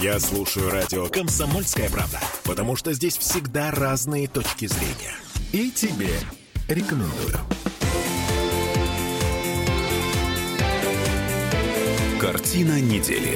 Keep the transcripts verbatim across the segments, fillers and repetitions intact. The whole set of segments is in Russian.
Я слушаю радио «Комсомольская правда», потому что здесь всегда разные точки зрения. И тебе рекомендую. Картина недели.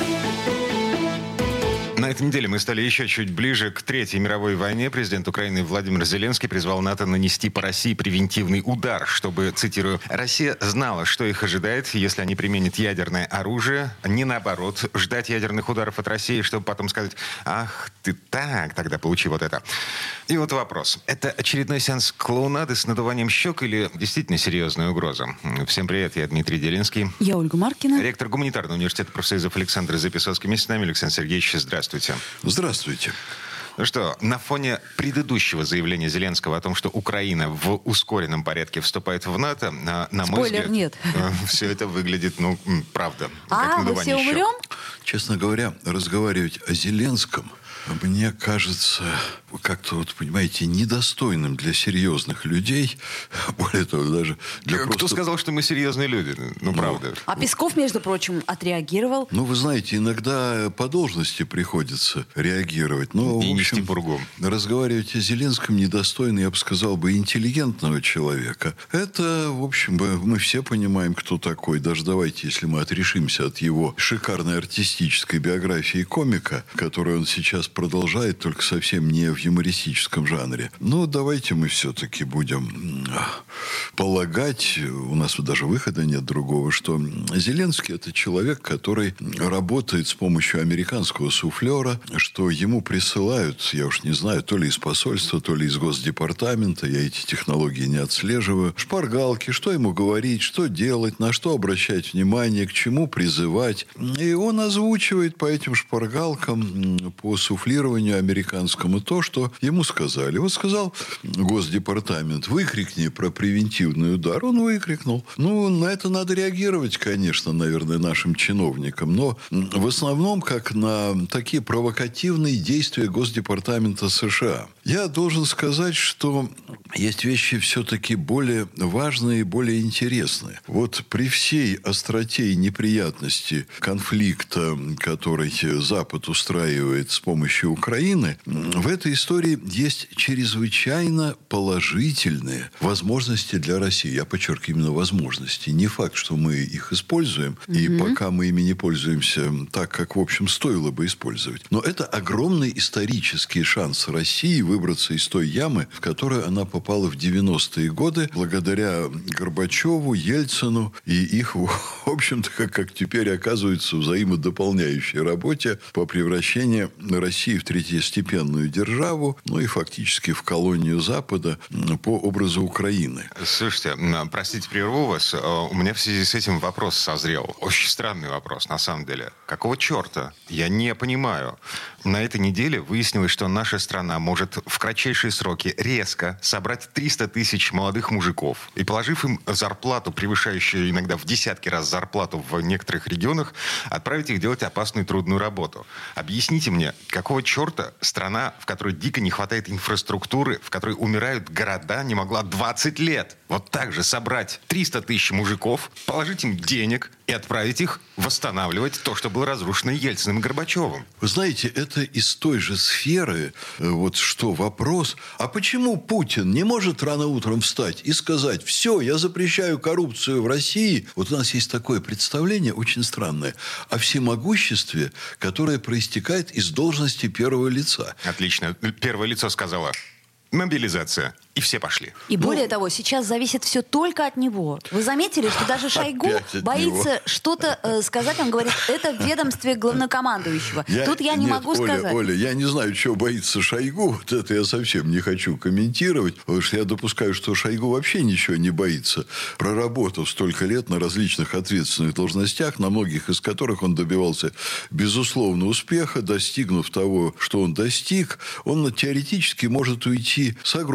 На этой неделе мы стали еще чуть ближе к Третьей мировой войне. Президент Украины Владимир Зеленский призвал НАТО нанести по России превентивный удар, чтобы, цитирую, «Россия знала, что их ожидает, если они применят ядерное оружие, не наоборот, ждать ядерных ударов от России, чтобы потом сказать, ах, ты так, тогда получи вот это». И вот вопрос. Это очередной сеанс клоунады с надуванием щек или действительно серьезная угроза? Всем привет, я Дмитрий Делинский. Я Ольга Маркина. Ректор гуманитарного университета профсоюзов Александр Записовский. Вместе с нами Александр Сергеевич, здравствуйте. Здравствуйте. Ну что, на фоне предыдущего заявления Зеленского о том, что Украина в ускоренном порядке вступает в НАТО, на, на мой Спойлер, взгляд, нет. все это выглядит, ну, правда, а, как мы надувание все щек. умрем? Честно говоря, разговаривать о Зеленском мне кажется как-то, вот, понимаете, недостойным для серьезных людей. Более того, даже для Кто просто... сказал, что мы серьезные люди? Ну, правда. А Песков, между прочим, отреагировал. Ну, вы знаете, иногда по должности приходится реагировать. Но, И в общем, нести пургу. разговаривать о Зеленском недостойно, я бы сказал, бы интеллигентного человека. Это, в общем, мы все понимаем, кто такой. Даже давайте, если мы отрешимся от его шикарной артистической биографии комика, которую он сейчас продолжает, только совсем не в юмористическом жанре. Но давайте мы все-таки будем полагать, у нас даже выхода нет другого, что Зеленский – это человек, который работает с помощью американского суфлера, что ему присылают, я уж не знаю, то ли из посольства, то ли из Госдепартамента, я эти технологии не отслеживаю, шпаргалки, что ему говорить, что делать, на что обращать внимание, к чему призывать. И он озвучивает по этим шпаргалкам, по суфлированию американскому то, что ему сказали. Вот сказал Госдепартамент, выкрикни про превентивный удар. Он выкрикнул. Ну, на это надо реагировать, конечно, наверное, нашим чиновникам. Но в основном, как на такие провокативные действия Госдепартамента США. Я должен сказать, что есть вещи все-таки более важные и более интересные. Вот при всей остроте и неприятности конфликта, который Запад устраивает с помощью Украины, в этой истории есть чрезвычайно положительные возможности для России. Я подчеркиваю, именно возможности. Не факт, что мы их используем, mm-hmm. и пока мы ими не пользуемся так, как, в общем, стоило бы использовать. Но это огромный исторический шанс России выбраться из той ямы, в которую она попала в девяностые годы, благодаря Горбачеву, Ельцину и их, в общем-то, как, как теперь оказывается, взаимодополняющей работе по превращению России в третьестепенную державу, ну и фактически в колонию Запада по образу Украины. Слушайте, простите, прерву вас. У меня в связи с этим вопрос созрел. Очень странный вопрос, на самом деле. Какого черта? Я не понимаю. На этой неделе выяснилось, что наша страна может в кратчайшие сроки резко собрать триста тысяч молодых мужиков и, положив им зарплату, превышающую иногда в десятки раз зарплату в некоторых регионах, отправить их делать опасную трудную работу. Объясните мне, какого черта страна, в которой дико не хватает инфраструктуры, в которой умирают города, не могла двадцать лет вот так же собрать триста тысяч мужиков, положить им денег и отправить их восстанавливать то, что было разрушено Ельциным и Горбачевым? Вы знаете, это из той же сферы, вот что вопрос, а почему Путин не может рано утром встать и сказать, все, я запрещаю коррупцию в России? Вот у нас есть такое представление, очень странное, о всемогуществе, которое проистекает из должности первого лица. Отлично. Первое лицо сказала мобилизация. И все пошли. И ну, более того, сейчас зависит все только от него. Вы заметили, что даже Шойгу боится него. что-то э, сказать. Он говорит, это в ведомстве главнокомандующего. Я, Тут я не нет, могу Оля, сказать. Оля, я не знаю, чего боится Шойгу. Вот это я совсем не хочу комментировать. Потому что я допускаю, что Шойгу вообще ничего не боится. Проработав столько лет на различных ответственных должностях, на многих из которых он добивался безусловно успеха, достигнув того, что он достиг, он теоретически может уйти с огромными заслугами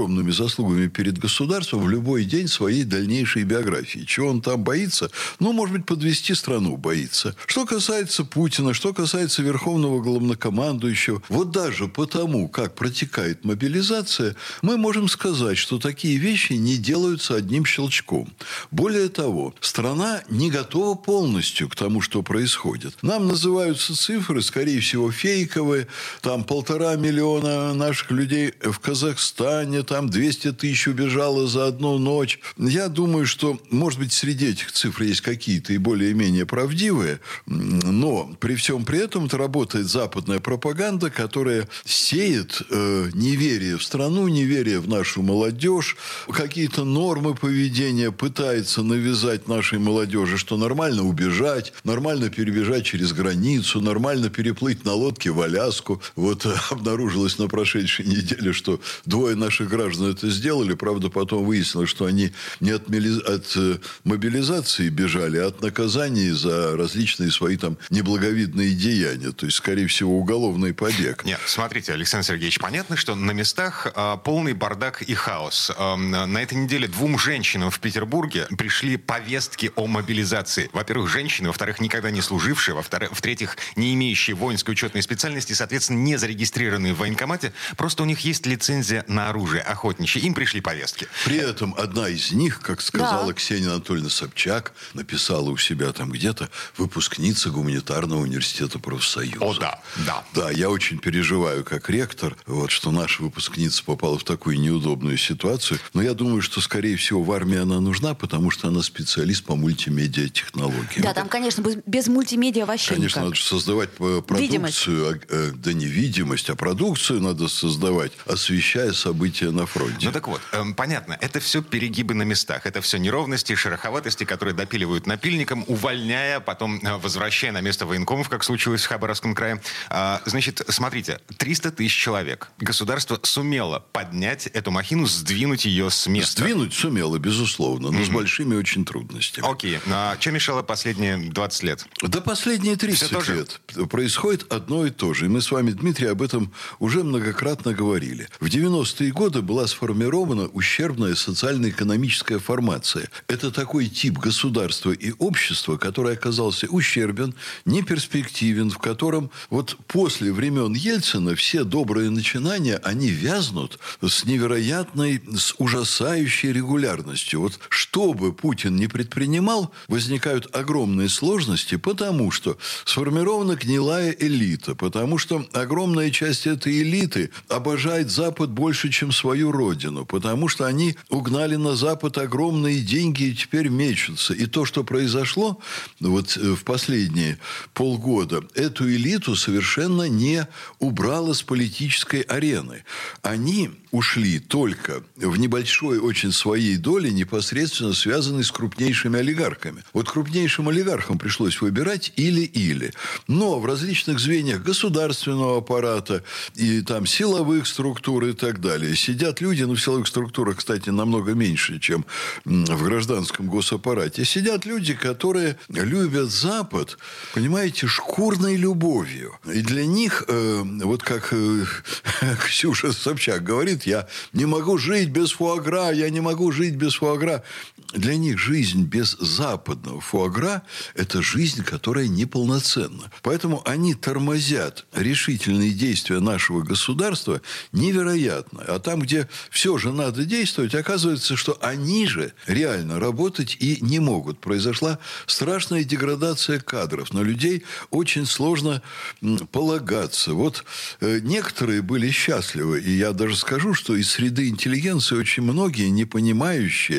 заслугами перед государством в любой день своей дальнейшей биографии. Чего он там боится? Ну, может быть, подвести страну боится. Что касается Путина, что касается Верховного Главнокомандующего, вот даже потому, как протекает мобилизация, мы можем сказать, что такие вещи не делаются одним щелчком. Более того, страна не готова полностью к тому, что происходит. Нам называются цифры, скорее всего, фейковые. Там полтора миллиона наших людей в Казахстане, там двести тысяч убежало за одну ночь. Я думаю, что, может быть, среди этих цифр есть какие-то и более-менее правдивые, но при всем при этом это работает западная пропаганда, которая сеет э, неверие в страну, неверие в нашу молодежь, какие-то нормы поведения пытается навязать нашей молодежи, что нормально убежать, нормально перебежать через границу, нормально переплыть на лодке в Аляску. Вот обнаружилось на прошедшей неделе, что двое наших граждан это сделали. Правда, потом выяснилось, что они не от, мили... от э, мобилизации бежали, а от наказаний за различные свои там неблаговидные деяния. То есть, скорее всего, уголовный побег. Нет, смотрите, Александр Сергеевич, понятно, что на местах э, полный бардак и хаос. Э, на этой неделе двум женщинам в Петербурге пришли повестки о мобилизации. Во-первых, женщины, во-вторых, никогда не служившие, во-вторых, в-третьих, не имеющие воинской учетной специальности, соответственно, не зарегистрированные в военкомате, просто у них есть лицензия на оружие охотничье. Им пришли повестки. При этом одна из них, как сказала да. Ксения Анатольевна Собчак, написала у себя там где-то выпускница гуманитарного университета профсоюза. О, да, да. Да, я очень переживаю как ректор, вот, что наша выпускница попала в такую неудобную ситуацию. Но я думаю, что, скорее всего, в армии она нужна, потому что она специалист по мультимедиа-технологиям. Да, там, конечно, без мультимедиа вообще Конечно, никак. надо создавать продукцию, Видимость. а, да не видимость, а продукцию надо создавать, освещая события на фронте. Ну так вот, эм, понятно, это все перегибы на местах, это все неровности, шероховатости, которые допиливают напильником, увольняя, потом э, возвращая на место военкомов, как случилось в Хабаровском крае. А, значит, смотрите, триста тысяч человек. Государство сумело поднять эту махину, сдвинуть ее с места. Сдвинуть сумело, безусловно, но Mm-hmm. с большими очень трудностями. Окей, а что мешало последние двадцать лет? Да последние тридцать лет происходит одно и то же. И мы с вами, Дмитрий, об этом уже многократно говорили. В девяностые годы была сформирована ущербная социально-экономическая формация. Это такой тип государства и общества, который оказался ущербен, неперспективен, в котором вот после времен Ельцина все добрые начинания, они вязнут с невероятной, с ужасающей регулярностью. Вот что бы Путин не предпринимал, возникают огромные сложности, потому что сформирована гнилая элита, потому что огромная часть этой элиты обожает Запад больше, чем свою родину, потому что они угнали на Запад огромные деньги и теперь мечутся. И то, что произошло вот в последние полгода, эту элиту совершенно не убрало с политической арены. Они ушли только в небольшой очень своей доле, непосредственно связанной с крупнейшими олигархами. Вот крупнейшим олигархам пришлось выбирать или-или. Но в различных звеньях государственного аппарата и там силовых структур и так далее сидят люди, ну, в силовых структурах, кстати, намного меньше, чем в гражданском госаппарате, сидят люди, которые любят Запад, понимаете, шкурной любовью. И для них, э, вот как э, Ксюша Собчак говорит, я не могу жить без фуагра, я не могу жить без фуагра. Для них жизнь без западного фуагра – это жизнь, которая неполноценна. Поэтому они тормозят решительные действия нашего государства невероятно. А там, где все же надо действовать, оказывается, что они же реально работать и не могут. Произошла страшная деградация кадров. На людей очень сложно полагаться. Вот э, некоторые были счастливы. И я даже скажу, что из среды интеллигенции очень многие, не понимающие,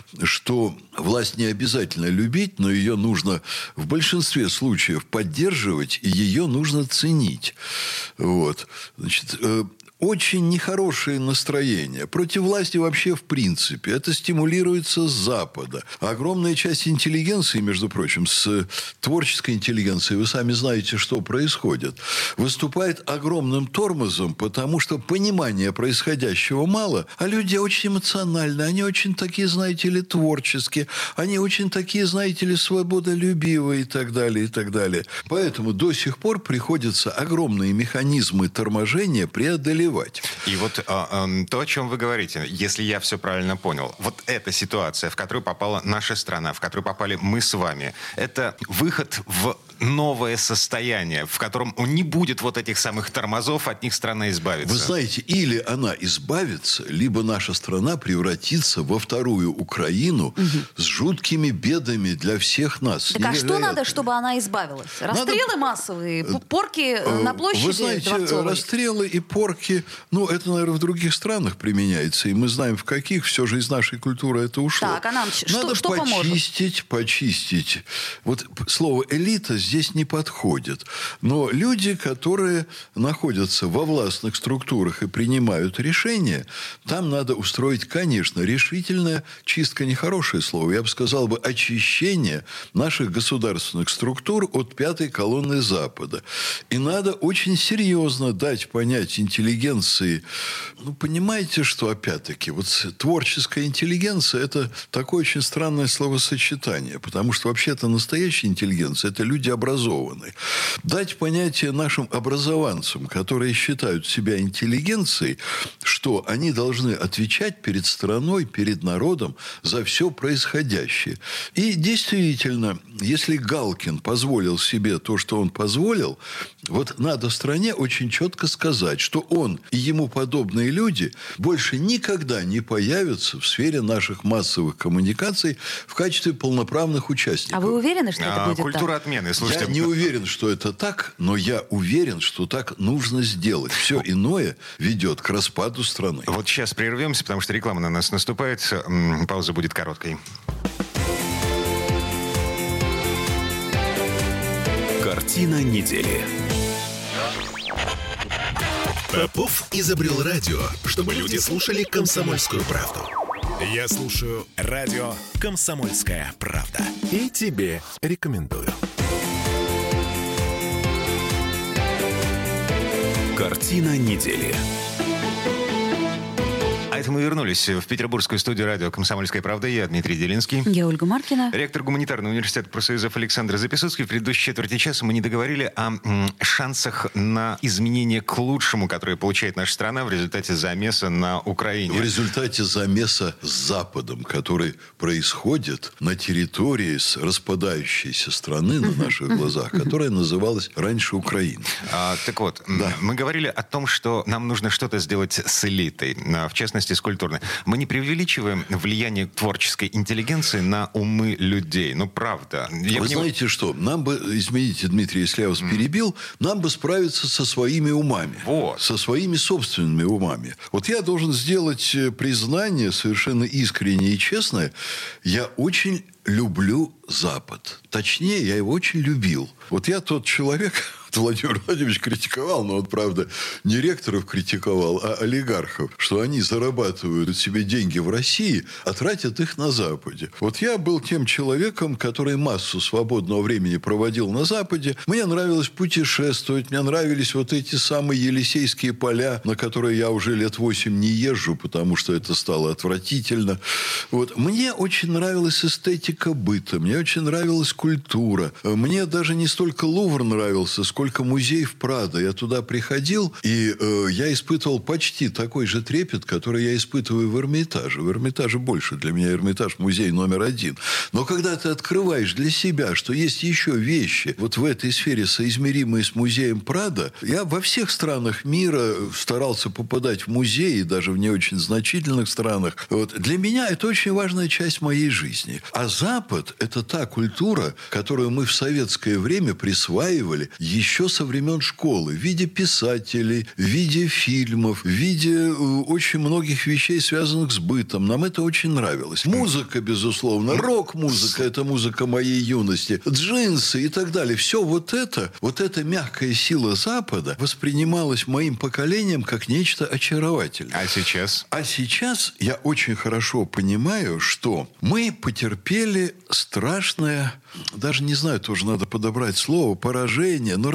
что власть не обязательно любить, но ее нужно в большинстве случаев поддерживать, и ее нужно ценить. Вот. Значит, э, очень нехорошее настроение. Против власти вообще в принципе. Это стимулируется с Запада. Огромная часть интеллигенции, между прочим, с творческой интеллигенцией, вы сами знаете, что происходит, выступает огромным тормозом, потому что понимания происходящего мало, а люди очень эмоциональны, они очень такие, знаете ли, творческие, они очень такие, знаете ли, свободолюбивые и так далее, и так далее. Поэтому до сих пор приходится огромные механизмы торможения преодолевать. развивать. И вот а, а, то, о чем вы говорите, если я все правильно понял, вот эта ситуация, в которую попала наша страна, в которую попали мы с вами, это выход в новое состояние, в котором не будет вот этих самых тормозов, от них страна избавится. Вы знаете, или она избавится, либо наша страна превратится во вторую Украину угу. с жуткими бедами для всех нас. Так а что надо, чтобы она избавилась? Расстрелы надо... массовые, порки на площади Вы знаете, Дворцовой? Расстрелы и порки, ну, это, наверное, в других странах применяется, и мы знаем, в каких, все же из нашей культуры это ушло. Так, а нам надо что, что почистить, поможет? почистить. Вот слово «элита» здесь не подходит. Но люди, которые находятся во властных структурах и принимают решения, там надо устроить, конечно, решительная чистка, нехорошее слово, я бы сказал бы, очищение наших государственных структур от пятой колонны Запада. И надо очень серьезно дать понять интеллигенции. Ну, понимаете, что, опять-таки, вот творческая интеллигенция – это такое очень странное словосочетание, потому что вообще-то настоящая интеллигенция – это люди образованные. Дать понятие нашим образованцам, которые считают себя интеллигенцией, что они должны отвечать перед страной, перед народом за все происходящее. И действительно, если Галкин позволил себе то, что он позволил, вот надо стране очень четко сказать, что он и ему подобные люди больше никогда не появятся в сфере наших массовых коммуникаций в качестве полноправных участников. А вы уверены, что это а, будет культура так? отмены. Слушайте, я не уверен, что это так, но я уверен, что так нужно сделать. Все иное ведет к распаду страны. Вот сейчас прервемся, потому что реклама на нас наступает. Пауза будет короткой. Картина недели. Попов изобрел радио, чтобы люди слушали «Комсомольскую правду». Я слушаю радио «Комсомольская правда». И тебе рекомендую. Картина недели. А это мы вернулись в петербургскую студию радио «Комсомольская правда». Я Дмитрий Делинский. Я Ольга Маркина. Ректор гуманитарного университета профсоюзов Александр Записоцкий. В предыдущей четверти часа мы не договорили о м, шансах на изменения к лучшему, которые получает наша страна в результате замеса на Украине. В результате замеса с Западом, который происходит на территории с распадающейся страны на наших глазах, которая называлась раньше Украиной. А, так вот, да. мы говорили о том, что нам нужно что-то сделать с элитой, в частности, с культурной. Мы не преувеличиваем влияние творческой интеллигенции на умы людей. Ну, правда. Я Вы поним... знаете что? Нам бы, извините, Дмитрий, если я вас mm. перебил, нам бы справиться со своими умами. Вот. Со своими собственными умами. Вот я должен сделать признание совершенно искреннее и честное. Я очень люблю Запад. Точнее, я его очень любил. Вот я тот человек... Владимир Владимирович критиковал, но вот, правда, не ректоров критиковал, а олигархов, что они зарабатывают себе деньги в России, а тратят их на Западе. Вот я был тем человеком, который массу свободного времени проводил на Западе. Мне нравилось путешествовать, мне нравились вот эти самые Елисейские поля, на которые я уже лет восемь не езжу, потому что это стало отвратительно. Вот. Мне очень нравилась эстетика быта, мне очень нравилась культура. Мне даже не столько Лувр нравился, сколько Сколько музеев Прадо. Я туда приходил, и э, я испытывал почти такой же трепет, который я испытываю в Эрмитаже. В Эрмитаже больше. Для меня Эрмитаж музей номер один. Но когда ты открываешь для себя, что есть еще вещи вот в этой сфере, соизмеримые с музеем Прадо, я во всех странах мира старался попадать в музеи, даже в не очень значительных странах. Вот. Для меня это очень важная часть моей жизни. А Запад – это та культура, которую мы в советское время присваивали еще еще со времен школы, в виде писателей, в виде фильмов, в виде очень многих вещей, связанных с бытом. Нам это очень нравилось. Музыка, безусловно, рок-музыка – это музыка моей юности, джинсы и так далее. Все вот это, вот эта мягкая сила Запада воспринималась моим поколением как нечто очаровательное. А сейчас? А сейчас я очень хорошо понимаю, что мы потерпели страшное, даже не знаю, тоже надо подобрать слово, поражение, но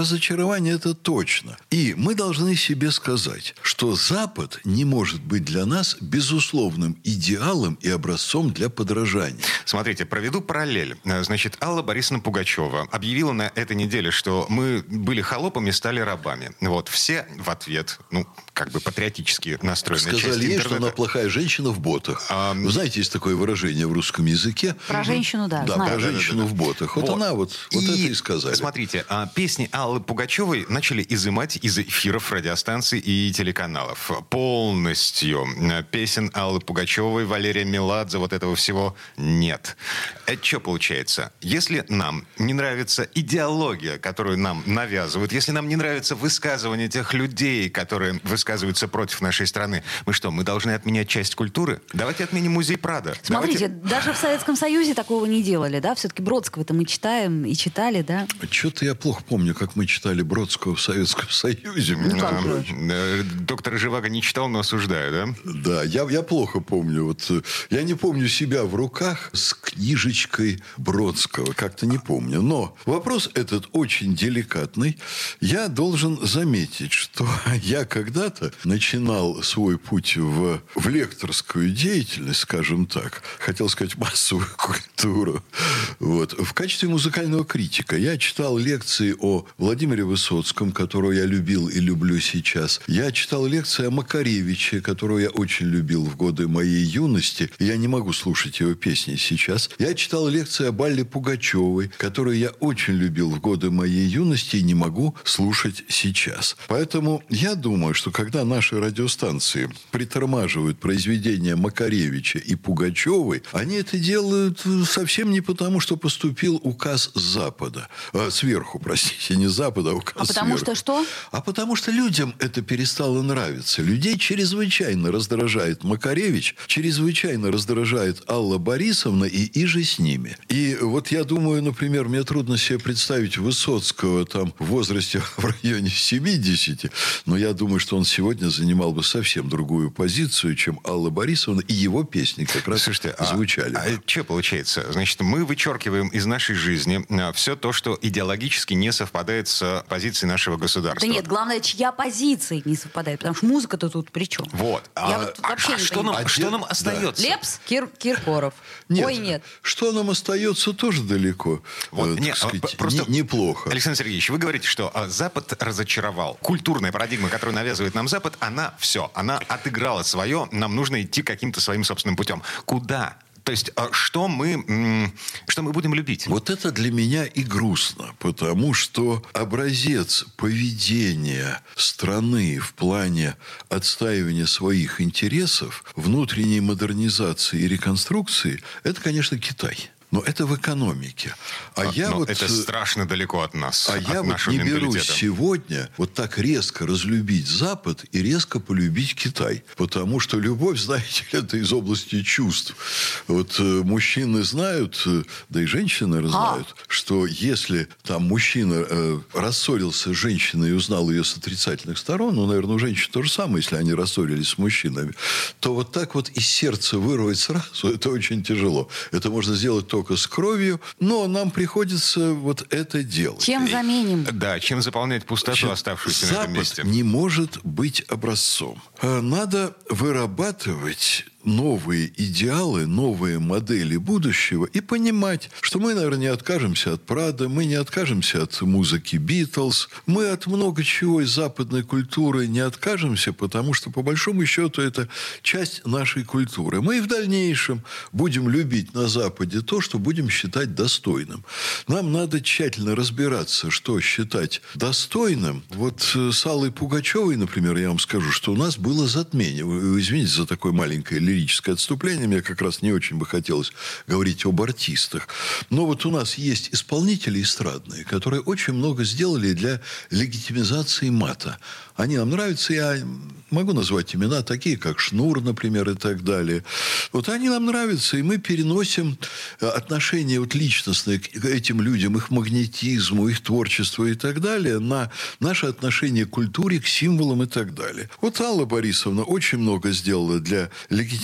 разочарование это точно. И мы должны себе сказать, что Запад не может быть для нас безусловным идеалом и образцом для подражания. Смотрите, проведу параллель. Значит, Алла Борисовна Пугачева объявила на этой неделе, что мы были холопами, стали рабами. Вот, все в ответ, ну, как бы патриотически настроенные. Сказали ей, что она плохая женщина в ботах. А, Вы знаете, есть такое выражение в русском языке. Про женщину, да, Да, знаю. про женщину да, да, да. в ботах. Вот, вот она вот, вот и, это и сказали. Смотрите, песни Аллы Пугачевой начали изымать из эфиров радиостанций и телеканалов. Полностью. Песен Аллы Пугачевой, Валерия Меладзе, вот этого всего нет. Это что получается? Если нам не нравится идеология, которую нам навязывают, если нам не нравится высказывание тех людей, которые высказываются против нашей страны, мы что, мы должны отменять часть культуры? Давайте отменим музей Прадо. Смотрите, Давайте... даже в Советском Союзе такого не делали, да? Все-таки Бродского-то мы читаем и читали, да? Что-то я плохо помню, как мы читали Бродского в Советском Союзе. Ну, как же? Доктор Живаго не читал, но осуждаю, да? Да, я, я плохо помню. Вот, я не помню себя в руках с книжечкой Бродского. Как-то не помню. Но вопрос этот очень деликатный. Я должен заметить, что я когда-то начинал свой путь в, в лекторскую деятельность, скажем так. Хотел сказать, массовую культуру. Вот. В качестве музыкального критика. Я читал лекции о Владимире Высоцком, которого я любил и люблю сейчас. Я читал лекции о Макаревиче, которого я очень любил в годы моей юности. Я не могу слушать его песни сейчас. Я читал лекции об Алле Пугачевой, которую я очень любил в годы моей юности и не могу слушать сейчас. Поэтому я думаю, что когда наши радиостанции притормаживают произведения Макаревича и Пугачевой, они это делают совсем не потому, что поступил указ с Запада. А, сверху, простите, не с Запада, а указ А потому сверху. что что? А потому что людям это перестало нравиться. Людей чрезвычайно раздражает Макаревич, чрезвычайно раздражает Алла Борисовна и иже с ними. И вот я думаю, например, мне трудно себе представить Высоцкого там в возрасте в районе семидесяти, но я думаю, что он сегодня занимал бы совсем другую позицию, чем Алла Борисовна, и его песни как раз Слушайте, звучали. А, а что получается? Значит, мы вычеркиваем из нашей жизни все то, что идеологически не совпадает с позицией нашего государства. Да нет, главное, чья позиция не совпадает, потому что музыка-то тут при чем? Вот. Я а, вот вообще а не что, нам, а что де... нам остается? Да. Лепс, Кир... Киркоров. Нет. Ой, нет. Что нам остается, тоже далеко. Вот. Э, Нет, сказать, просто... не, неплохо. Александр Сергеевич, вы говорите, что а, Запад разочаровал. Культурная парадигма, которую навязывает нам Запад, она все, она отыграла свое. Нам нужно идти каким-то своим собственным путем. Куда? То есть, что мы, что мы будем любить? Вот это для меня и грустно, потому что образец поведения страны в плане отстаивания своих интересов, внутренней модернизации и реконструкции, это, конечно, Китай. Но это в экономике. А, а я вот, это страшно далеко от нас. А от я вот не берусь сегодня вот так резко разлюбить Запад и резко полюбить Китай. Потому что любовь, знаете, это из области чувств. Вот э, мужчины знают, э, да и женщины знают, а. что если там мужчина э, рассорился с женщиной и узнал ее с отрицательных сторон, ну, наверное, у женщин то же самое, если они рассорились с мужчинами, то вот так вот из сердца вырвать сразу, это очень тяжело. Это можно сделать только только с кровью, но нам приходится вот это делать. Чем заменим? Да, чем заполнять пустоту, чем оставшуюся Запад на этом месте. Не может быть образцом. Надо вырабатывать новые идеалы, новые модели будущего и понимать, что мы, наверное, не откажемся от Прадо, мы не откажемся от музыки Битлз, мы от много чего из западной культуры не откажемся, потому что, по большому счету, это часть нашей культуры. Мы и в дальнейшем будем любить на Западе то, что будем считать достойным. Нам надо тщательно разбираться, что считать достойным. Вот с Аллой Пугачевой, например, я вам скажу, что у нас было затмение. Вы извините за такое маленькое лирическое отступление. Мне как раз не очень бы хотелось говорить об артистах. Но вот у нас есть исполнители эстрадные, которые очень много сделали для легитимизации мата. Они нам нравятся. Я могу назвать имена, такие как Шнур, например, и так далее. Вот они нам нравятся, и мы переносим отношение вот личностное к этим людям, их магнетизму, их творчеству и так далее на наше отношение к культуре, к символам и так далее. Вот Алла Борисовна очень много сделала для легитимизации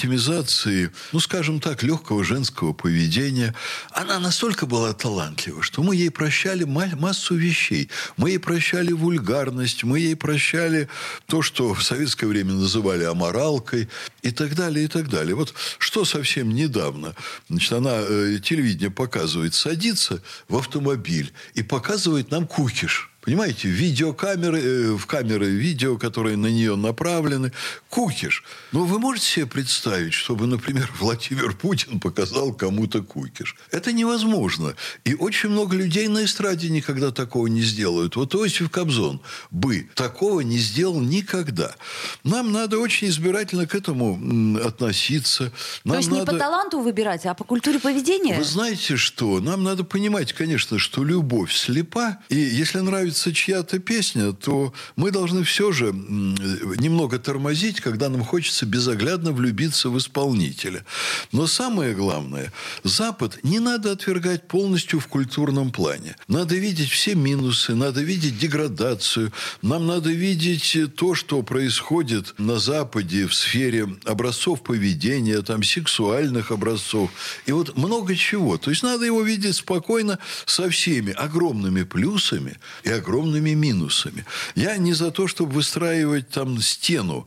легитимизации, ну, скажем так, легкого женского поведения. Она настолько была талантлива, что мы ей прощали массу вещей. Мы ей прощали вульгарность, мы ей прощали то, что в советское время называли аморалкой и так далее, и так далее. Вот что совсем недавно. Значит, она, э, телевидение показывает, садится в автомобиль и показывает нам кукиш. Понимаете, видеокамеры, э, в камеры видео, которые на нее направлены, кукиш. Но вы можете себе представить, чтобы, например, Владимир Путин показал кому-то кукиш? Это невозможно. И очень много людей на эстраде никогда такого не сделают. Вот Иосиф Кобзон бы такого не сделал никогда. Нам надо очень избирательно к этому относиться. Нам То есть надо... не по таланту выбирать, а по культуре поведения? Вы знаете что? Нам надо понимать, конечно, что любовь слепа. И если нравится чья-то песня, то мы должны все же немного тормозить, когда нам хочется безоглядно влюбиться в исполнителя. Но самое главное, Запад не надо отвергать полностью в культурном плане. Надо видеть все минусы, надо видеть деградацию. Нам надо видеть то, что происходит на Западе в сфере образцов поведения, там, сексуальных образцов. И вот много чего. То есть надо его видеть спокойно со всеми огромными плюсами и огромными минусами. Я не за то, чтобы выстраивать там стену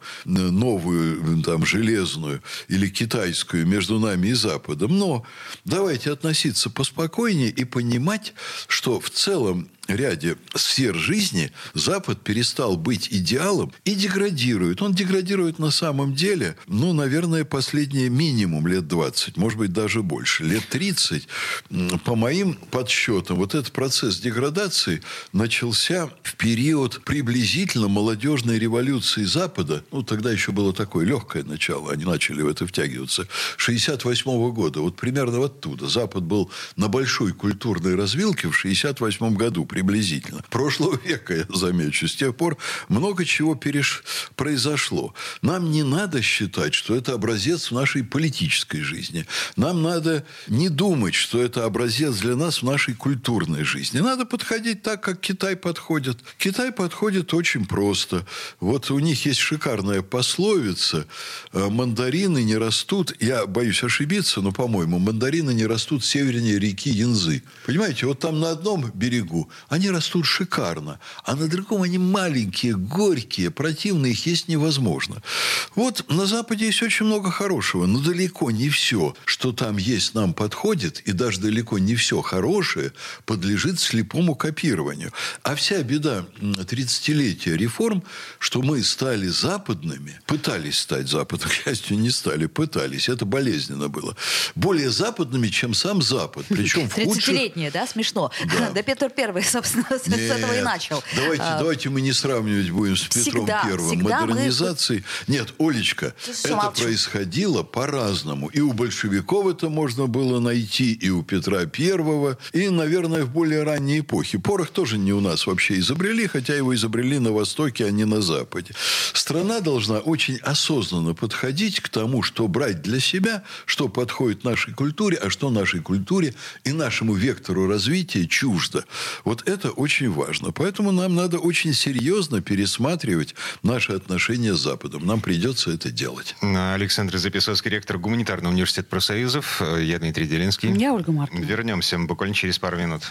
новую, там, железную или китайскую между нами и Западом. Но давайте относиться поспокойнее и понимать, что в целом ряде сфер жизни Запад перестал быть идеалом и деградирует. Он деградирует на самом деле, ну, наверное, последние минимум лет двадцать, может быть, даже больше. Лет тридцать, по моим подсчетам, вот этот процесс деградации начался в период приблизительно молодежной революции Запада. Ну, тогда еще было такое легкое начало, они начали в это втягиваться. шестьдесят восьмого года, вот примерно оттуда. Запад был на большой культурной развилке в шестьдесят восьмом году, приблизительно. Прошлого века, я замечу. С тех пор много чего переш... произошло. Нам не надо считать, что это образец в нашей политической жизни. Нам надо не думать, что это образец для нас в нашей культурной жизни. Надо подходить так, как Китай подходит. Китай подходит очень просто. Вот у них есть шикарная пословица: мандарины не растут, я боюсь ошибиться, но, по-моему, мандарины не растут севернее реки Янзы. Понимаете, вот там на одном берегу они растут шикарно, а на другом они маленькие, горькие, противные, их есть невозможно. Вот на Западе есть очень много хорошего, но далеко не все, что там есть, нам подходит, и даже далеко не все хорошее подлежит слепому копированию. А вся беда тридцатилетия реформ, что мы стали западными, пытались стать западными, к счастью, не стали, пытались, это болезненно было, более западными, чем сам Запад. Причем в худших... тридцатилетние, да, смешно. Да, да Петр Первый, собственно, с Нет, этого и начал. Давайте, а, давайте мы не сравнивать будем с Петром всегда, Первым. Всегда модернизацией. Мы... Нет, Олечка, это молчу. Происходило по-разному. И у большевиков это можно было найти, и у Петра Первого, и, наверное, в более ранней эпохе. Порох тоже не у нас вообще изобрели, хотя его изобрели на Востоке, а не на Западе. Страна должна очень осознанно подходить к тому, что брать для себя, что подходит нашей культуре, а что нашей культуре и нашему вектору развития чуждо. Вот это очень важно. Поэтому нам надо очень серьезно пересматривать наши отношения с Западом. Нам придется это делать. Александр Записоцкий, ректор Гуманитарного университета профсоюзов. Я Дмитрий Делинский. Я Ольга Маркина. Вернемся буквально через пару минут.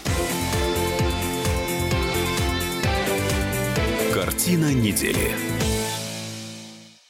Картина недели.